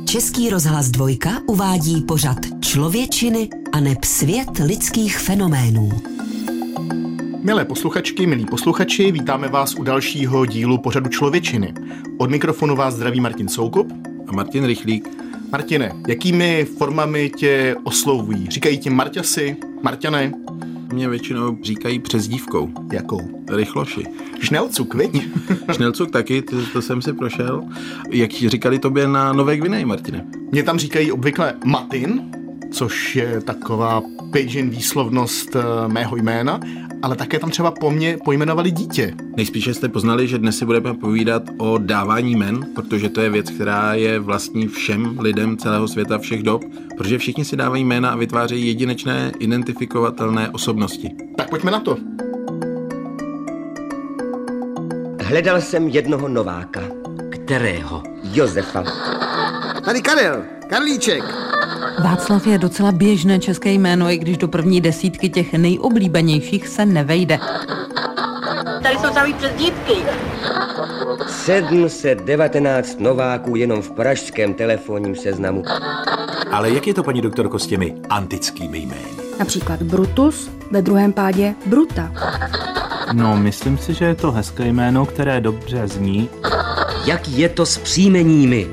Český rozhlas Dvojka uvádí pořad Člověčiny aneb svět lidských fenoménů. Milé posluchačky, milí posluchači, vítáme vás u dalšího dílu pořadu Člověčiny. Od mikrofonu vás zdraví Martin Soukup a Martin Rychlík. Martine, jakými formami tě oslovují? Říkají ti Marťasi, Marťané? Mě většinou říkají přezdívkou. Jakou? Rychloši. Šnelcuk, viď? Šnelcuk taky, to jsem si prošel. Jak říkali tobě na Nové Gvineji, Martine? Mě tam říkají obvykle Matin, což je taková pidgin výslovnost mého jména, ale také tam třeba po mně pojmenovali dítě. Nejspíše jste poznali, že dnes si budeme povídat o dávání jmen, protože to je věc, která je vlastní všem lidem celého světa, všech dob, protože všichni si dávají jména a vytvářejí jedinečné, identifikovatelné osobnosti. Tak pojďme na to. Hledal jsem jednoho nováka. Kterého? Josefa. Tady Karel, Karlíček. Václav je docela běžné české jméno, i když do první desítky těch nejoblíbenějších se nevejde. Tady jsou samý přezdívky. 719 nováků jenom v pražském telefonním seznamu. Ale jak je to, paní doktorko, s těmi antickými jmény? Například Brutus, ve druhém pádě Bruta. No, myslím si, že je to hezké jméno, které dobře zní. Jak je to s příjmeními?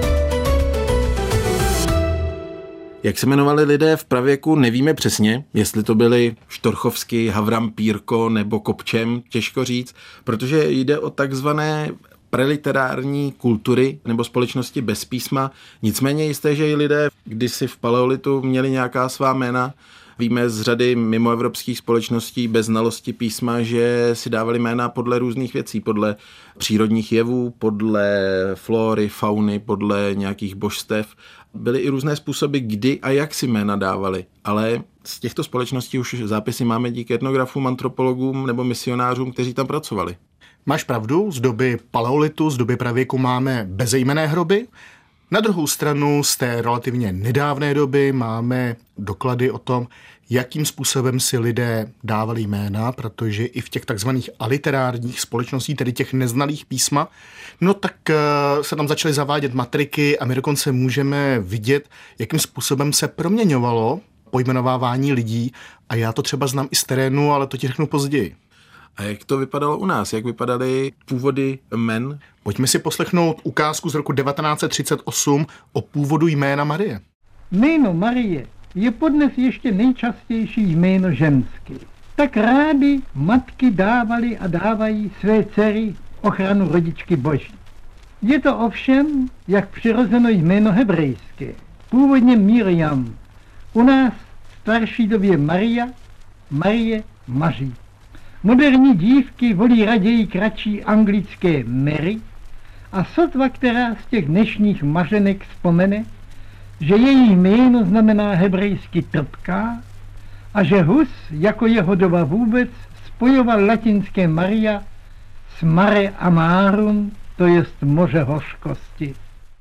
Jak se jmenovali lidé v pravěku, nevíme přesně, jestli to byli Štorchovský, Havram Pírko nebo Kopčem, těžko říct, protože jde o takzvané preliterární kultury nebo společnosti bez písma. Nicméně jisté, že i lidé kdysi v paleolitu měli nějaká svá jména. Víme z řady mimoevropských společností bez znalosti písma, že si dávali jména podle různých věcí, podle přírodních jevů, podle flory, fauny, podle nějakých božstev. Byly i různé způsoby, kdy a jak si jména dávali, ale z těchto společností už zápisy máme díky etnografům, antropologům nebo misionářům, kteří tam pracovali. Máš pravdu, z doby paleolitu, z doby pravěku máme bezejmenné hroby. Na druhou stranu z té relativně nedávné doby máme doklady o tom, jakým způsobem si lidé dávali jména, protože i v těch takzvaných aliterárních společností, tedy těch neznalých písma, no tak se tam začaly zavádět matriky a my dokonce můžeme vidět, jakým způsobem se proměňovalo pojmenovávání lidí a já to třeba znám i z terénu, ale to ti řeknu později. A jak to vypadalo u nás? Jak vypadaly původy jmen? Pojďme si poslechnout ukázku z roku 1938 o původu jména Marie. Jméno Marie je podnes ještě nejčastější jméno ženské. Tak rády matky dávaly a dávají své dcery ochranu rodičky Boží. Je to ovšem, jak přirozeno jméno hebrejské. Původně Miriam. U nás v starší době Maria, Marie, Maří. Moderní dívky volí raději kratší anglické Mary a sotva která z těch dnešních mařenek vzpomene, že její jméno znamená hebrejsky trpká a že Hus, jako jeho doba vůbec, spojoval latinské Maria s mare amarum, to jest moře hořkosti.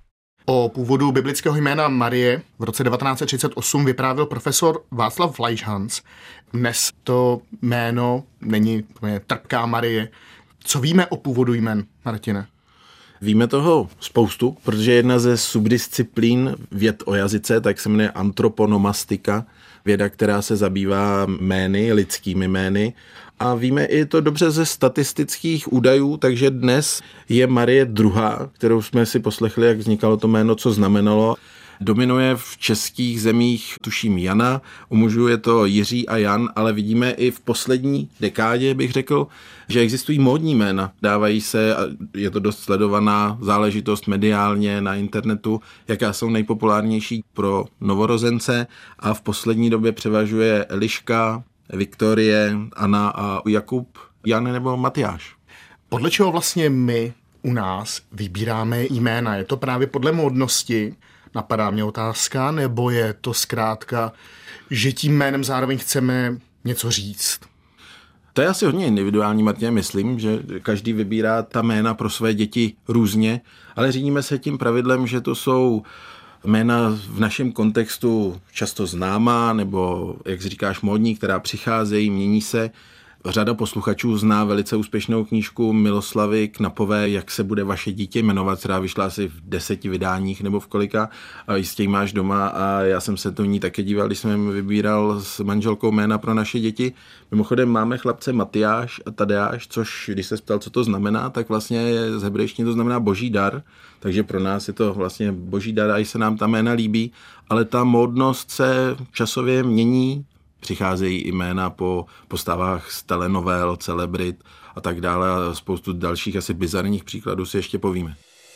O původu biblického jména Marie v roce 1938 vyprávěl profesor Václav Fleischhans. Dnes to jméno není trpká Marie. Co víme o původu jmen, Martine? Víme toho spoustu, protože jedna ze subdisciplín věd o jazyce, tak se jmenuje antroponomastika, věda, která se zabývá jmény, lidskými jmény. A víme i to dobře ze statistických údajů, takže dnes je Marie druhá, kterou jsme si poslechli, jak vznikalo to jméno, co znamenalo. Dominuje v českých zemích, tuším, Jana, u mužů je to Jiří a Jan, ale vidíme i v poslední dekádě, bych řekl, že existují módní jména. Dávají se, a je to dost sledovaná záležitost mediálně na internetu, jaká jsou nejpopulárnější pro novorozence a v poslední době převažuje Eliška, Viktorie, Anna a Jakub, Jan nebo Matyáš. Podle čeho vlastně my u nás vybíráme jména? Je to právě podle módnosti? Napadá mě otázka, nebo je to zkrátka, že tím jménem zároveň chceme něco říct? To je asi hodně individuální, Martin, myslím, že každý vybírá ta jména pro své děti různě, ale řídíme se tím pravidlem, že to jsou jména v našem kontextu často známá, nebo, jak říkáš, módní, která přicházejí, mění se. Řada posluchačů zná velice úspěšnou knížku Miloslavy Knapové, Jak se bude vaše dítě jmenovat, která vyšla asi v 10 vydáních nebo v kolika, a jistě ji máš doma a já jsem se to ní také díval, když jsem vybíral s manželkou jména pro naše děti. Mimochodem máme chlapce Matyáš a Tadeáš, což když se ptal, co to znamená, tak vlastně z hebrejštiny to znamená boží dar, takže pro nás je to vlastně boží dar a i se nám ta jména líbí, ale ta módnost se časově mění. Přicházejí i jména po postavách z telenovel, celebrit a tak dále a spoustu dalších asi bizarních příkladů si ještě povíme.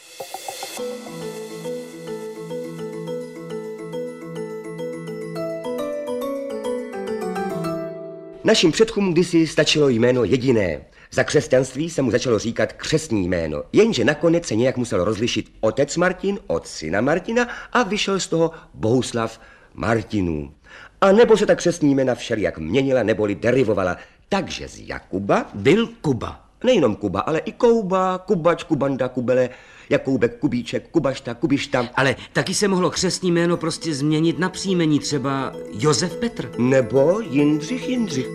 Našim předkům kdysi stačilo jméno jediné. Za křesťanství se mu začalo říkat křestní jméno, jenže nakonec se nějak musel rozlišit otec Martin od syna Martina a vyšel z toho Bohuslav Martinů. A nebo se ta křestní jména všelijak měnila neboli derivovala, takže z Jakuba byl Kuba. Nejenom Kuba, ale i Kouba, Kubač, Kubanda, Kubele, Jakoubek, Kubíček, Kubašta, Kubišta. Ale taky se mohlo křestní jméno prostě změnit na příjmení, třeba Josef Petr. Nebo Jindřich.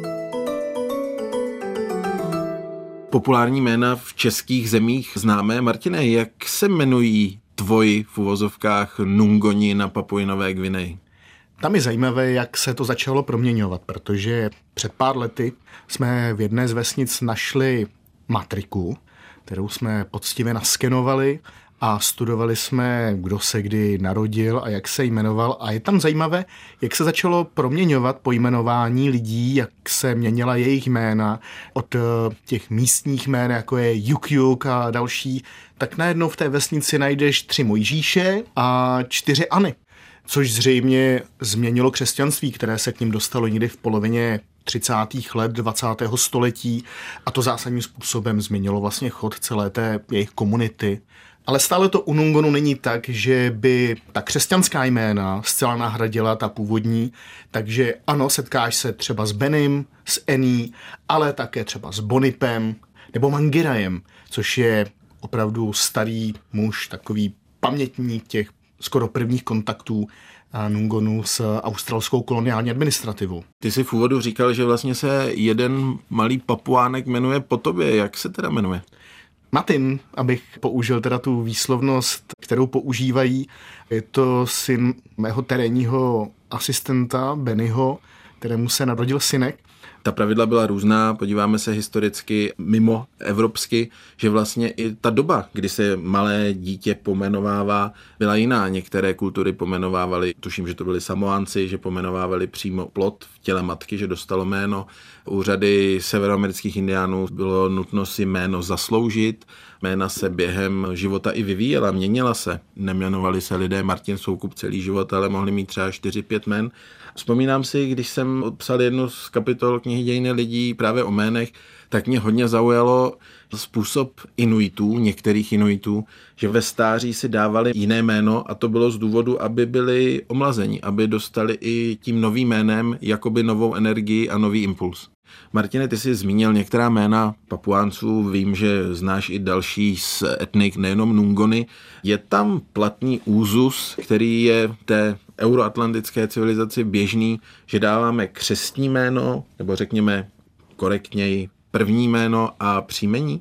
Populární jména v českých zemích známé. Martine, jak se jmenují tvoji v uvozovkách Nungoni na Papui Nové Gvineji? Tam je zajímavé, jak se to začalo proměňovat, protože před pár lety jsme v jedné z vesnic našli matriku, kterou jsme poctivě naskenovali a studovali jsme, kdo se kdy narodil a jak se jmenoval. A je tam zajímavé, jak se začalo proměňovat pojmenování lidí, jak se měnila jejich jména od těch místních jmén, jako je Juk a další. Tak najednou v té vesnici najdeš 3 Mojžíše a 4 Anny. Což zřejmě změnilo křesťanství, které se k ním dostalo někdy v polovině 30. let 20. století a to zásadním způsobem změnilo vlastně chod celé té jejich komunity. Ale stále to u Nungonu není tak, že by ta křesťanská jména zcela nahradila ta původní, takže ano, setkáš se třeba s Benim, s Ení, ale také třeba s Bonipem nebo Mangirajem, což je opravdu starý muž, takový pamětník těch skoro prvních kontaktů Nungonu s australskou koloniální administrativou. Ty jsi v úvodu říkal, že vlastně se jeden malý papuánek jmenuje po tobě. Jak se teda jmenuje? Martin, abych použil teda tu výslovnost, kterou používají, je to syn mého terénního asistenta Bennyho, kterému se narodil synek. Ta pravidla byla různá, podíváme se historicky mimo evropsky, že vlastně i ta doba, kdy se malé dítě pomenovává, byla jiná. Některé kultury pomenovávaly, tuším, že to byli Samoánci, že pomenovávali přímo plod v těle matky, že dostalo jméno. U řady severoamerických indiánů bylo nutno si jméno zasloužit. Jména se během života i vyvíjela, měnila se. Nejmenovali se lidé Martin Soukup celý život, ale mohli mít třeba 4-5 jmen. Vzpomínám si, když jsem psal jednu z kapitol knihy Dějiny lidí právě o jménech, tak mě hodně zaujalo způsob Inuitů, některých Inuitů, že ve stáří si dávali jiné jméno a to bylo z důvodu, aby byli omlazeni, aby dostali i tím novým jménem jakoby novou energii a nový impuls. Martine, ty jsi zmínil některá jména Papuánců, vím, že znáš i další z etnik, nejenom Nungony. Je tam platný úzus, který je té euroatlantické civilizaci běžný, že dáváme křestní jméno, nebo řekněme korektněji první jméno a příjmení?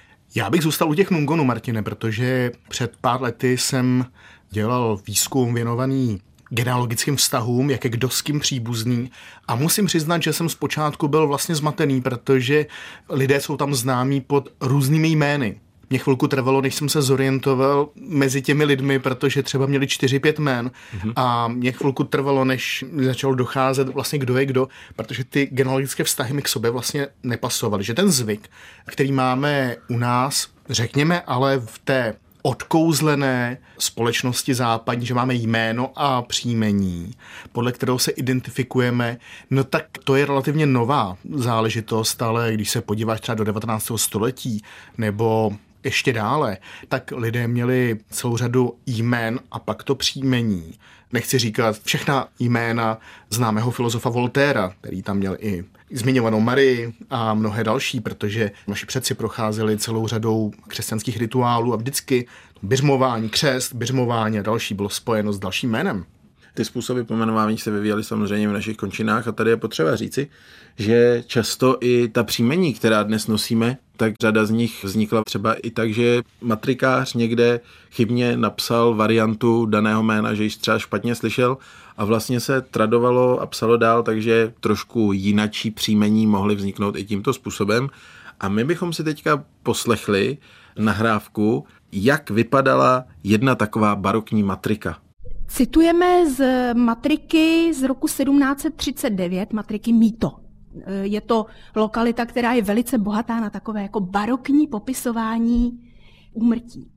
Já bych zůstal u těch Nungonů, Martine, protože před pár lety jsem dělal výzkum věnovaný genealogickým vztahům, jak je kdo s kým příbuzný. A musím přiznat, že jsem zpočátku byl vlastně zmatený, protože lidé jsou tam známí pod různými jmény. Mě chvilku trvalo, než jsem se zorientoval mezi těmi lidmi, protože třeba měli 4-5 jmén a mě chvilku trvalo, než začalo docházet vlastně kdo je kdo, protože ty genealogické vztahy mi k sobě vlastně nepasovaly. Že ten zvyk, který máme u nás, řekněme, ale v té odkouzlené společnosti západní, že máme jméno a příjmení, podle kterého se identifikujeme, no tak to je relativně nová záležitost, ale když se podíváš třeba do 19. století nebo ještě dále, tak lidé měli celou řadu jmén a pak to příjmení. Nechci říkat všechna jména známého filozofa Voltaira, který tam měl i zmiňovanou Marii a mnohé další, protože naši předci procházeli celou řadou křesťanských rituálů a vždycky biřmování, křest, biřmování a další bylo spojeno s dalším jménem. Ty způsoby pomenování se vyvíjely samozřejmě v našich končinách a tady je potřeba říci, že často i ta příjmení, která dnes nosíme, tak řada z nich vznikla třeba i tak, že matrikář někde chybně napsal variantu daného jména, že již třeba špatně slyšel a vlastně se tradovalo a psalo dál, takže trošku jinačí příjmení mohly vzniknout i tímto způsobem. A my bychom si teďka poslechli nahrávku, jak vypadala jedna taková barokní matrika. Citujeme z matriky z roku 1739, matriky Mýto. Je to lokalita, která je velice bohatá na takové jako barokní popisování úmrtí.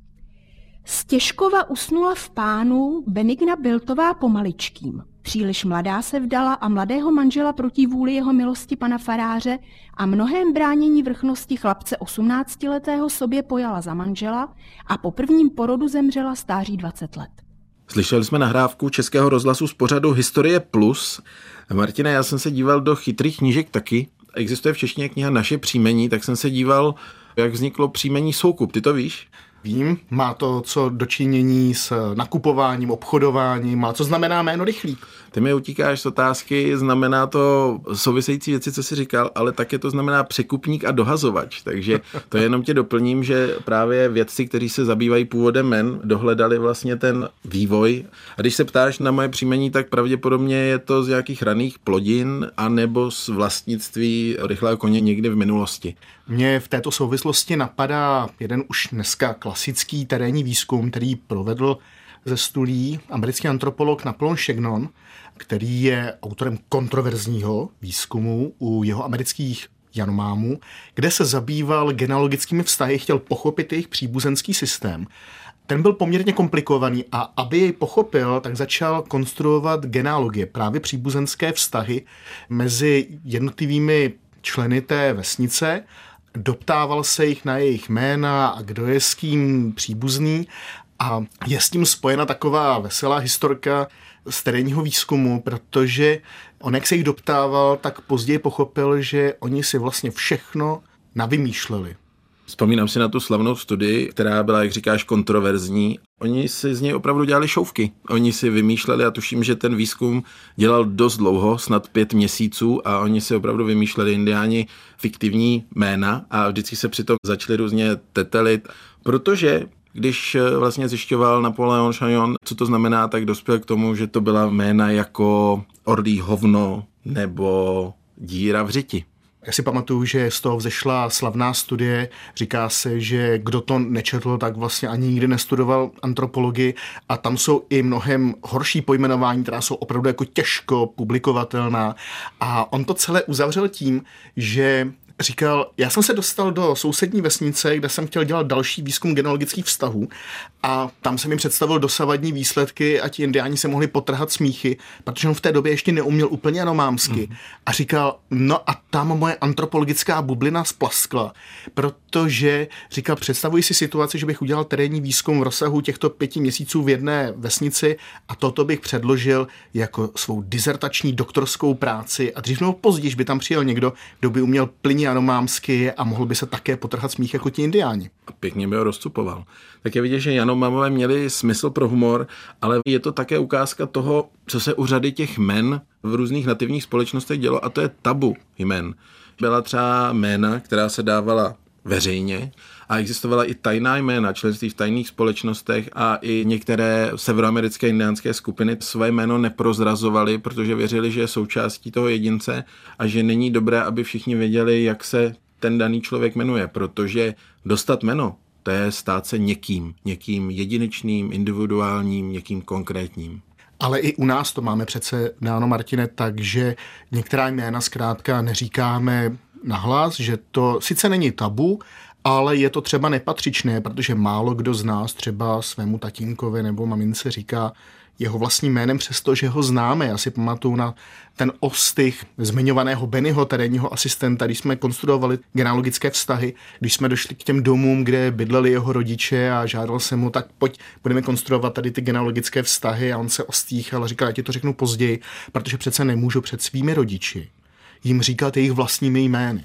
Stěžkova usnula v Pánu Benigna Biltová pomaličkým. Příliš mladá se vdala a mladého manžela proti vůli jeho milosti pana faráře a mnohém bránění vrchnosti chlapce 18letého sobě pojala za manžela a po prvním porodu zemřela stáří 20 let. Slyšeli jsme nahrávku Českého rozhlasu z pořadu Historie Plus. Martine, já jsem se díval do chytrých knížek taky. Existuje v češtině kniha Naše příjmení, tak jsem se díval, jak vzniklo příjmení Soukup. Ty to víš? Vím, má to co dočinění s nakupováním, obchodováním, má co znamená jméno Rychlík. Ty mi utíkáš z otázky, znamená to související věci, co jsi říkal, ale také to znamená překupník a dohazovač. Takže to jenom tě doplním, že právě vědci, kteří se zabývají původem jmen, dohledali vlastně ten vývoj. A když se ptáš na moje příjmení, tak pravděpodobně je to z nějakých raných plodin anebo z vlastnictví rychlého koně někdy v minulosti. Mně v této souvislosti napadá jeden už dneska klasický terénní výzkum, který provedl ze Stulí americký antropolog Napoleon Chagnon, který je autorem kontroverzního výzkumu u jeho amerických janomámů, kde se zabýval genealogickými vztahy, chtěl pochopit jejich příbuzenský systém. Ten byl poměrně komplikovaný a aby jej pochopil, tak začal konstruovat genealogie, právě příbuzenské vztahy mezi jednotlivými členy té vesnice, doptával se jich na jejich jména a kdo je s kým příbuzný a je s tím spojena taková veselá historka z terénního výzkumu, protože on, jak se jich doptával, tak později pochopil, že oni si vlastně všechno navymýšleli. Vzpomínám si na tu slavnou studii, která byla, jak říkáš, kontroverzní. Oni si z něj opravdu dělali šouvky. Oni si vymýšleli a tuším, že ten výzkum dělal dost dlouho, snad 5 měsíců a oni si opravdu vymýšleli indiáni fiktivní jména a vždycky se přitom začali různě tetelit, protože když vlastně zjišťoval Napoleon Chagnon, co to znamená, tak dospěl k tomu, že to byla jména jako orlí hovno nebo díra v řiti. Já si pamatuju, že z toho vzešla slavná studie, říká se, že kdo to nečetl, tak vlastně ani nikdy nestudoval antropologii a tam jsou i mnohem horší pojmenování, která jsou opravdu jako těžko publikovatelná a on to celé uzavřel tím, že říkal, já jsem se dostal do sousední vesnice, kde jsem chtěl dělat další výzkum genealogických vztahů a tam jsem jim představil dosavadní výsledky a ti indiáni se mohli potrhat smíchy, protože on v té době ještě neuměl úplně janomámsky. A říkal, no a tam moje antropologická bublina splaskla, protože říkal, představuji si situaci, že bych udělal terénní výzkum v rozsahu těchto 5 měsíců v jedné vesnici a toto bych předložil jako svou dizertační doktorskou práci a dřív nebo později by tam přijel někdo, kdo by uměl plynně janomámsky a mohl by se také potrhat smích jako ti indiáni. A pěkně by ho rozcupoval. Tak je vidět, že janomámové měli smysl pro humor, ale je to také ukázka toho, co se u řady těch jmen v různých nativních společnostech dělo, a to je tabu jmen. Byla třeba jména, která se dávala veřejně a existovala i tajná jména, členství v tajných společnostech a i některé severoamerické indiánské skupiny své jméno neprozrazovaly, protože věřili, že je součástí toho jedince a že není dobré, aby všichni věděli, jak se ten daný člověk jmenuje, protože dostat jméno, to je stát se někým jedinečným, individuálním, někým konkrétním. Ale i u nás to máme přece dáno, Martine, takže některá jména zkrátka neříkáme nahlas, že to sice není tabu, ale je to třeba nepatřičné, protože málo kdo z nás třeba svému tatínkovi nebo mamince říká jeho vlastním jménem, přestože ho známe. Já si pamatuju na ten ostych zmiňovaného Bennyho, terénního asistenta, když jsme konstruovali genealogické vztahy, když jsme došli k těm domům, kde bydleli jeho rodiče a žádal jsem mu, tak pojď, budeme konstruovat tady ty genealogické vztahy a on se ostýchal a říkal, já ti to řeknu později, protože přece nemůžu před svými rodiči jim říkat jejich vlastními jmény.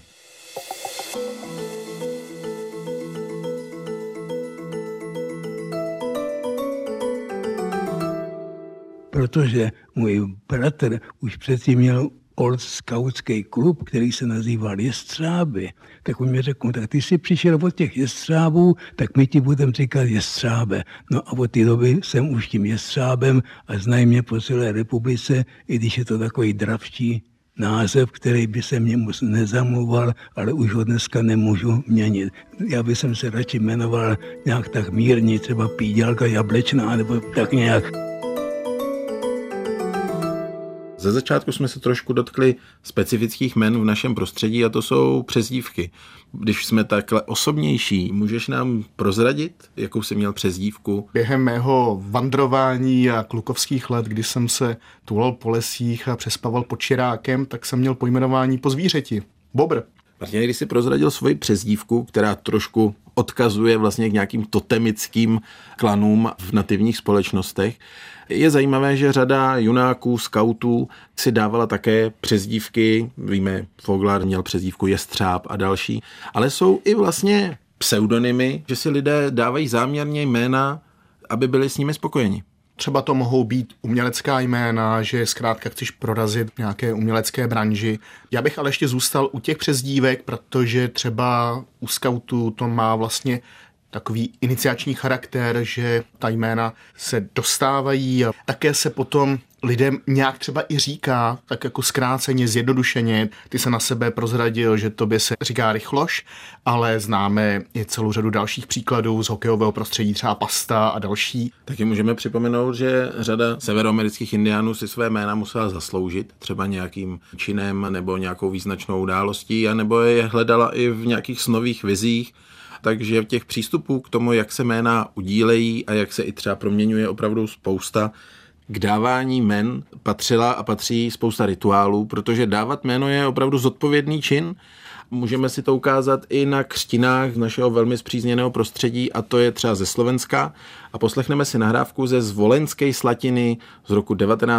protože můj bratr už předtím měl old skautský klub, který se nazýval Jestřáby, tak on mi řekl, tak ty jsi přišel od těch jestřábů, tak my ti budeme říkat Jestřábe. No a od té doby jsem už tím Jestřábem a znají mě po celé republice, i když je to takový dravčí název, který by se mě nezamluval, ale už ho dneska nemůžu měnit. Já bych se radši jmenoval nějak tak mírně, třeba Píďalka Jablečná, nebo tak nějak. Ze začátku jsme se trošku dotkli specifických jmen v našem prostředí a to jsou přezdívky. Když jsme takhle osobnější, můžeš nám prozradit, jakou jsi měl přezdívku? Během mého vandrování a klukovských let, kdy jsem se tulal po lesích a přespával pod čirákem, tak jsem měl pojmenování po zvířeti. Bobr. Martin, když jsi prozradil svoji přezdívku, která trošku odkazuje vlastně k nějakým totemickým klanům v nativních společnostech, je zajímavé, že řada junáků, skautů si dávala také přezdívky, víme, Foglar měl přezdívku Jestřáb a další, ale jsou i vlastně pseudonymy, že si lidé dávají záměrně jména, aby byli s nimi spokojeni. Třeba to mohou být umělecká jména, že zkrátka chceš prorazit v nějaké umělecké branži. Já bych ale ještě zůstal u těch přezdívek, protože třeba u skautů to má vlastně takový iniciační charakter, že ta jména se dostávají a také se potom lidem nějak třeba i říká, tak jako zkráceně, zjednodušeně. Ty se na sebe prozradil, že tobě se říká Rychloš, ale známe i celou řadu dalších příkladů z hokejového prostředí, třeba Pasta a další. Taky můžeme připomenout, že řada severoamerických indiánů si své jména musela zasloužit, třeba nějakým činem nebo nějakou význačnou událostí, anebo je hledala i v nějakých snových vizích. Takže těch přístupů k tomu, jak se jména udílejí a jak se i třeba proměňuje, opravdu spousta. K dávání jmen patřila a patří spousta rituálů, protože dávat jméno je opravdu zodpovědný čin. Můžeme si to ukázat i na křtinách z našeho velmi spřízněného prostředí, a to je třeba ze Slovenska. A poslechneme si nahrávku ze Zvolenské Slatiny z roku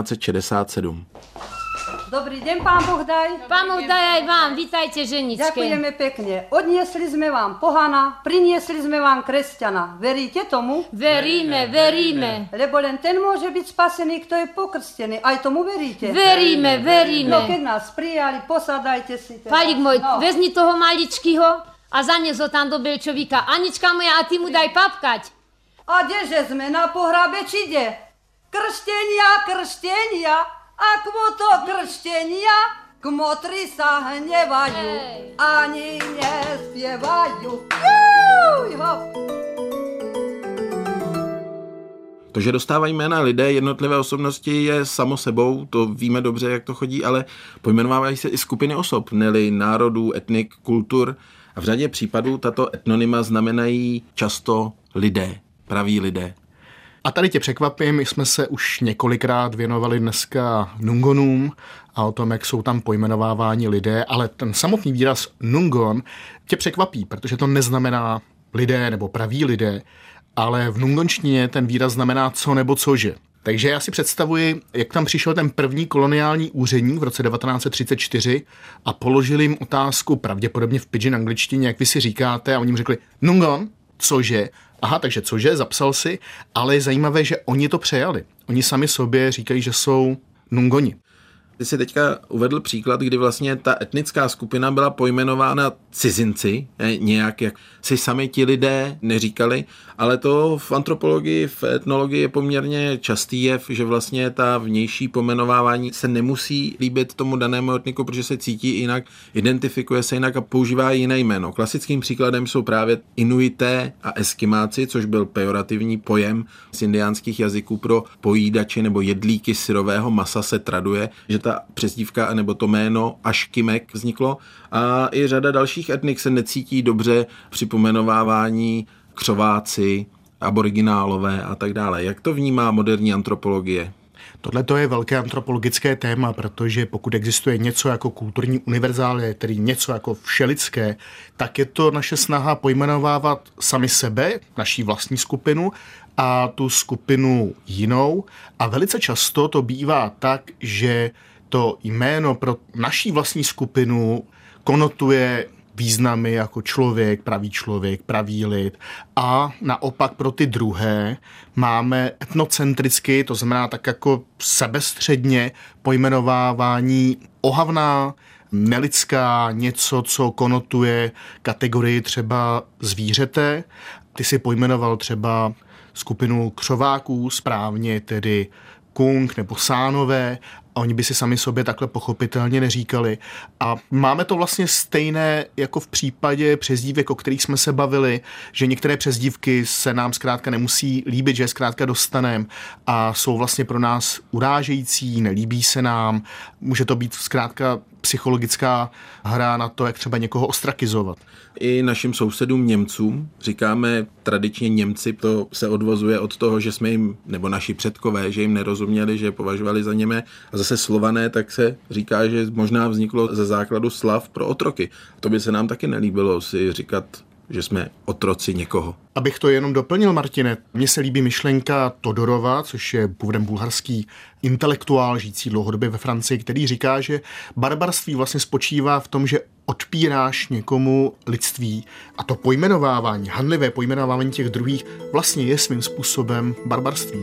1967. Dobrý deň, pán Boh daj. Pán Boh daj aj vám, vítajte ženičke. Ďakujeme pekne. Odniesli sme vám pohana, priniesli sme vám kresťana. Veríte tomu? Veríme, veríme. Lebo len ten môže byť spasený, kto je pokrstený. Aj tomu veríte? Veríme, veríme. No keď nás prijali, posadajte si. Pálík môj, vezmi toho maličkýho a zanies ho tam do Belčovíka. Anička moja, a ty mu daj papkať. A kdeže sme, na pohrabe či kde? Krštenia, krštenia. A kmoto krštenia, kmotri sa hnevajú, ani nespievajú. To, že dostávají jména lidé, jednotlivé osobnosti, je samo sebou, to víme dobře, jak to chodí, ale pojmenovávají se i skupiny osob, neli národů, etnik, kultur. A v řadě případů tato etnonyma znamenají často lidé, praví lidé. A tady tě překvapím, my jsme se už několikrát věnovali dneska Nungonům a o tom, jak jsou tam pojmenováváni lidé, ale ten samotný výraz Nungon tě překvapí, protože to neznamená lidé nebo praví lidé, ale v nungonštině ten výraz znamená co nebo cože. Takže já si představuji, jak tam přišel ten první koloniální úředník v roce 1934 a položil jim otázku pravděpodobně v pidgin angličtině, jak vy si říkáte, a oni jim řekli Nungon, cože? Aha, takže cože, zapsal si, ale je zajímavé, že oni to přejali. Oni sami sobě říkají, že jsou Nungoni. Ty jsi teďka uvedl příklad, kdy vlastně ta etnická skupina byla pojmenována cizinci, nějak jak si sami ti lidé neříkali, ale to v antropologii, v etnologii je poměrně častý jev, že vlastně ta vnější pomenovávání se nemusí líbit tomu danému etniku, protože se cítí jinak, identifikuje se jinak a používá jiné jméno. Klasickým příkladem jsou právě Inuité a Eskimáci, což byl pejorativní pojem z indiánských jazyků pro pojídače nebo jedlíky syrového masa, se traduje, že ta přezdívka nebo to jméno Aškimek vzniklo, a i řada dalších etnik se necítí dobře při pomenovávání křováci, aboriginálové a tak dále. Jak to vnímá moderní antropologie? Tohle to je velké antropologické téma, protože pokud existuje něco jako kulturní univerzálie, tedy něco jako všelidské, tak je to naše snaha pojmenovávat sami sebe, naší vlastní skupinu, a tu skupinu jinou. A velice často to bývá tak, že to jméno pro naší vlastní skupinu konotuje významy jako člověk, pravý lid. A naopak pro ty druhé máme etnocentricky, to znamená tak jako sebestředně pojmenovávání ohavná, nelidská, něco, co konotuje kategorii třeba zvířete. Ty si pojmenoval třeba skupinu křováků, správně tedy Kung nebo Sánové, a oni by si sami sobě takhle pochopitelně neříkali. A máme to vlastně stejné jako v případě přezdívek, o kterých jsme se bavili, že některé přezdívky se nám zkrátka nemusí líbit, že je zkrátka dostaneme a jsou vlastně pro nás urážející, nelíbí se nám. Může to být zkrátka psychologická hra na to, jak třeba někoho ostrakizovat. I našim sousedům Němcům říkáme tradičně Němci, to se odvozuje od toho, že jsme jim, nebo naši předkové, že jim nerozuměli, že je považovali za Němé. A zase Slované, tak se říká, že možná vzniklo ze základu slav pro otroky. To by se nám taky nelíbilo si říkat, že jsme otroci někoho. Abych to jenom doplnil, Martine, mně se líbí myšlenka Todorova, což je původem bulharský intelektuál žijící dlouhodobě ve Francii, který říká, že barbarství vlastně spočívá v tom, že odpíráš někomu lidství a to pojmenovávání, hanlivé pojmenovávání těch druhých vlastně je svým způsobem barbarství.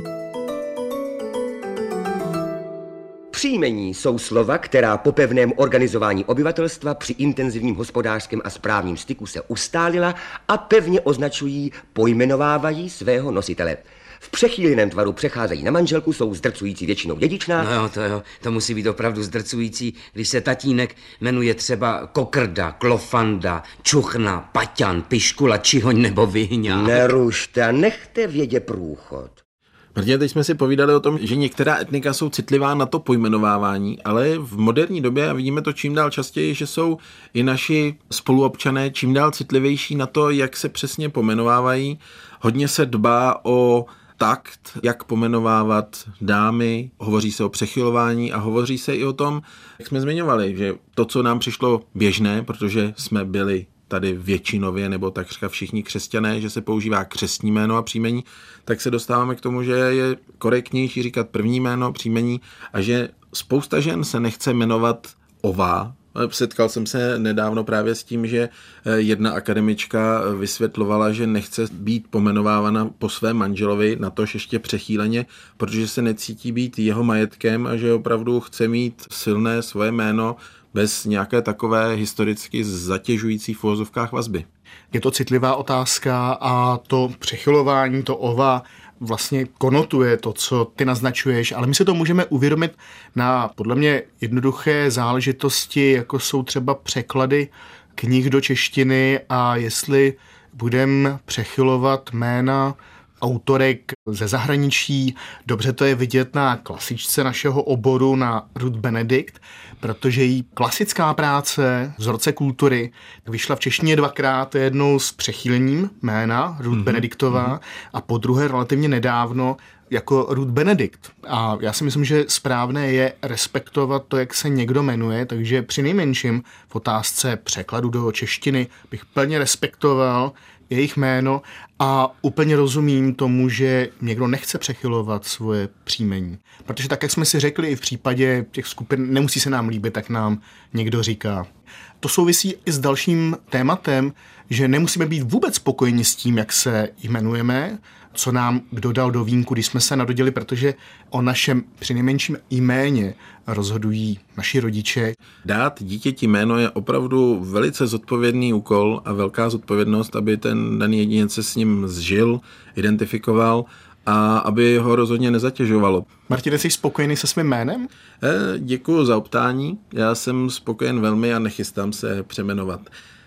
Příjmení jsou slova, která po pevném organizování obyvatelstva při intenzivním hospodářském a správním styku se ustálila a pevně označují, pojmenovávají svého nositele. V přechýleném tvaru přecházejí na manželku, jsou zdrcující většinou dědičná. No jo, to musí být opravdu zdrcující, když se tatínek jmenuje třeba Kokrda, Klofanda, Čuchna, Paťan, Piškula, Čihoň nebo Vyhňa. Nerušte, nechte vědě průchod. Protože teď jsme si povídali o tom, že některá etnika jsou citlivá na to pojmenovávání, ale v moderní době, a vidíme to čím dál častěji, že jsou i naši spoluobčané čím dál citlivější na to, jak se přesně pomenovávají. Hodně se dbá o takt, jak pomenovávat dámy, hovoří se o přechylování a hovoří se i o tom, jak jsme zmiňovali, že to, co nám přišlo běžné, protože jsme byli tady většinově nebo takřka všichni křesťané, že se používá křestní jméno a příjmení, tak se dostáváme k tomu, že je korektnější říkat první jméno, příjmení a že spousta žen se nechce jmenovat Ová. Setkal jsem se nedávno právě s tím, že jedna akademička vysvětlovala, že nechce být pomenovávána po svém manželovi, natož ještě přechýleně, protože se necítí být jeho majetkem a že opravdu chce mít silné svoje jméno bez nějaké takové historicky zatěžující v uvozovkách vazby. Je to citlivá otázka a to přechylování, to ova vlastně konotuje to, co ty naznačuješ, ale my si to můžeme uvědomit na podle mě jednoduché záležitosti, jako jsou třeba překlady knih do češtiny a jestli budeme přechylovat jména autorek ze zahraničí. Dobře to je vidět na klasičce našeho oboru, na Ruth Benedict, protože její klasická práce Vzorce kultury vyšla v češtině dvakrát, jednou s přechýlením jména Ruth Benediktová a po druhé relativně nedávno jako Ruth Benedict. A já si myslím, že správné je respektovat to, jak se někdo jmenuje, takže při nejmenším v otázce překladu do češtiny bych plně respektoval jejich jméno a úplně rozumím tomu, že někdo nechce přechylovat svoje příjmení. Protože tak, jak jsme si řekli i v případě těch skupin, nemusí se nám líbit, tak nám někdo říká. To souvisí i s dalším tématem, že nemusíme být vůbec spokojeni s tím, jak se jmenujeme, co nám kdo dal do vínku, když jsme se narodili, protože o našem přinejmenším jméně rozhodují naši rodiče. Dát dítěti jméno je opravdu velice zodpovědný úkol a velká zodpovědnost, aby ten daný jedinec se s ním zžil, identifikoval a aby ho rozhodně nezatěžovalo. Martine, jsi spokojený se svým jménem? Děkuju za optání, já jsem spokojen velmi a nechystám se přeměnovat.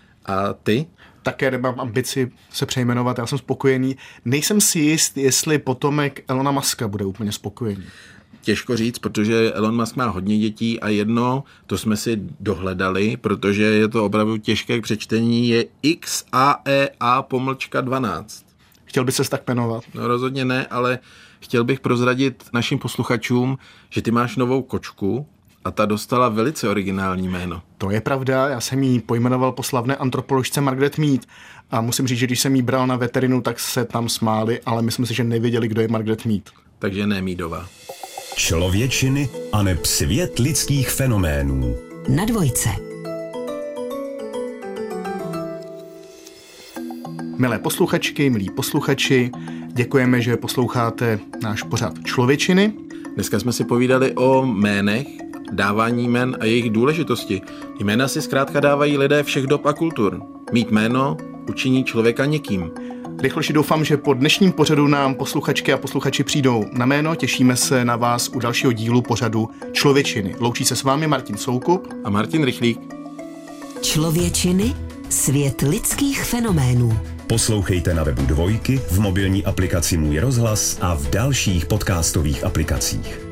A ty? Také nemám ambici se přejmenovat, já jsem spokojený. Nejsem si jist, jestli potomek Elona Muska bude úplně spokojený. Těžko říct, protože Elon Musk má hodně dětí a jedno, to jsme si dohledali, protože je to opravdu těžké k přečtení, je XAEA-12. Chtěl by ses tak jmenovat? No rozhodně ne, ale chtěl bych prozradit našim posluchačům, že ty máš novou kočku a ta dostala velice originální jméno. To je pravda, já jsem jí pojmenoval po slavné antropoložce Margaret Mead a musím říct, že když jsem jí bral na veterinu, tak se tam smáli, ale myslím si, že nevěděli, kdo je Margaret Mead. Takže ne Meadová. Člověčiny aneb svět lidských fenoménů. Na dvojce. Milé posluchačky, milí posluchači, děkujeme, že posloucháte náš pořad Člověčiny. Dneska jsme si povídali o jménech, dávání jmen a jejich důležitosti. Jména si zkrátka dávají lidé všech dob a kultur. Mít jméno učiní člověka někým. Rychloši doufám, že po dnešním pořadu nám posluchačky a posluchači přijdou na jméno. Těšíme se na vás u dalšího dílu pořadu Člověčiny. Loučí se s vámi Martin Soukup a Martin Rychlík. Člověčiny, svět lidských fenoménů. Poslouchejte na webu Dvojky, v mobilní aplikaci Můj rozhlas a v dalších podcastových aplikacích.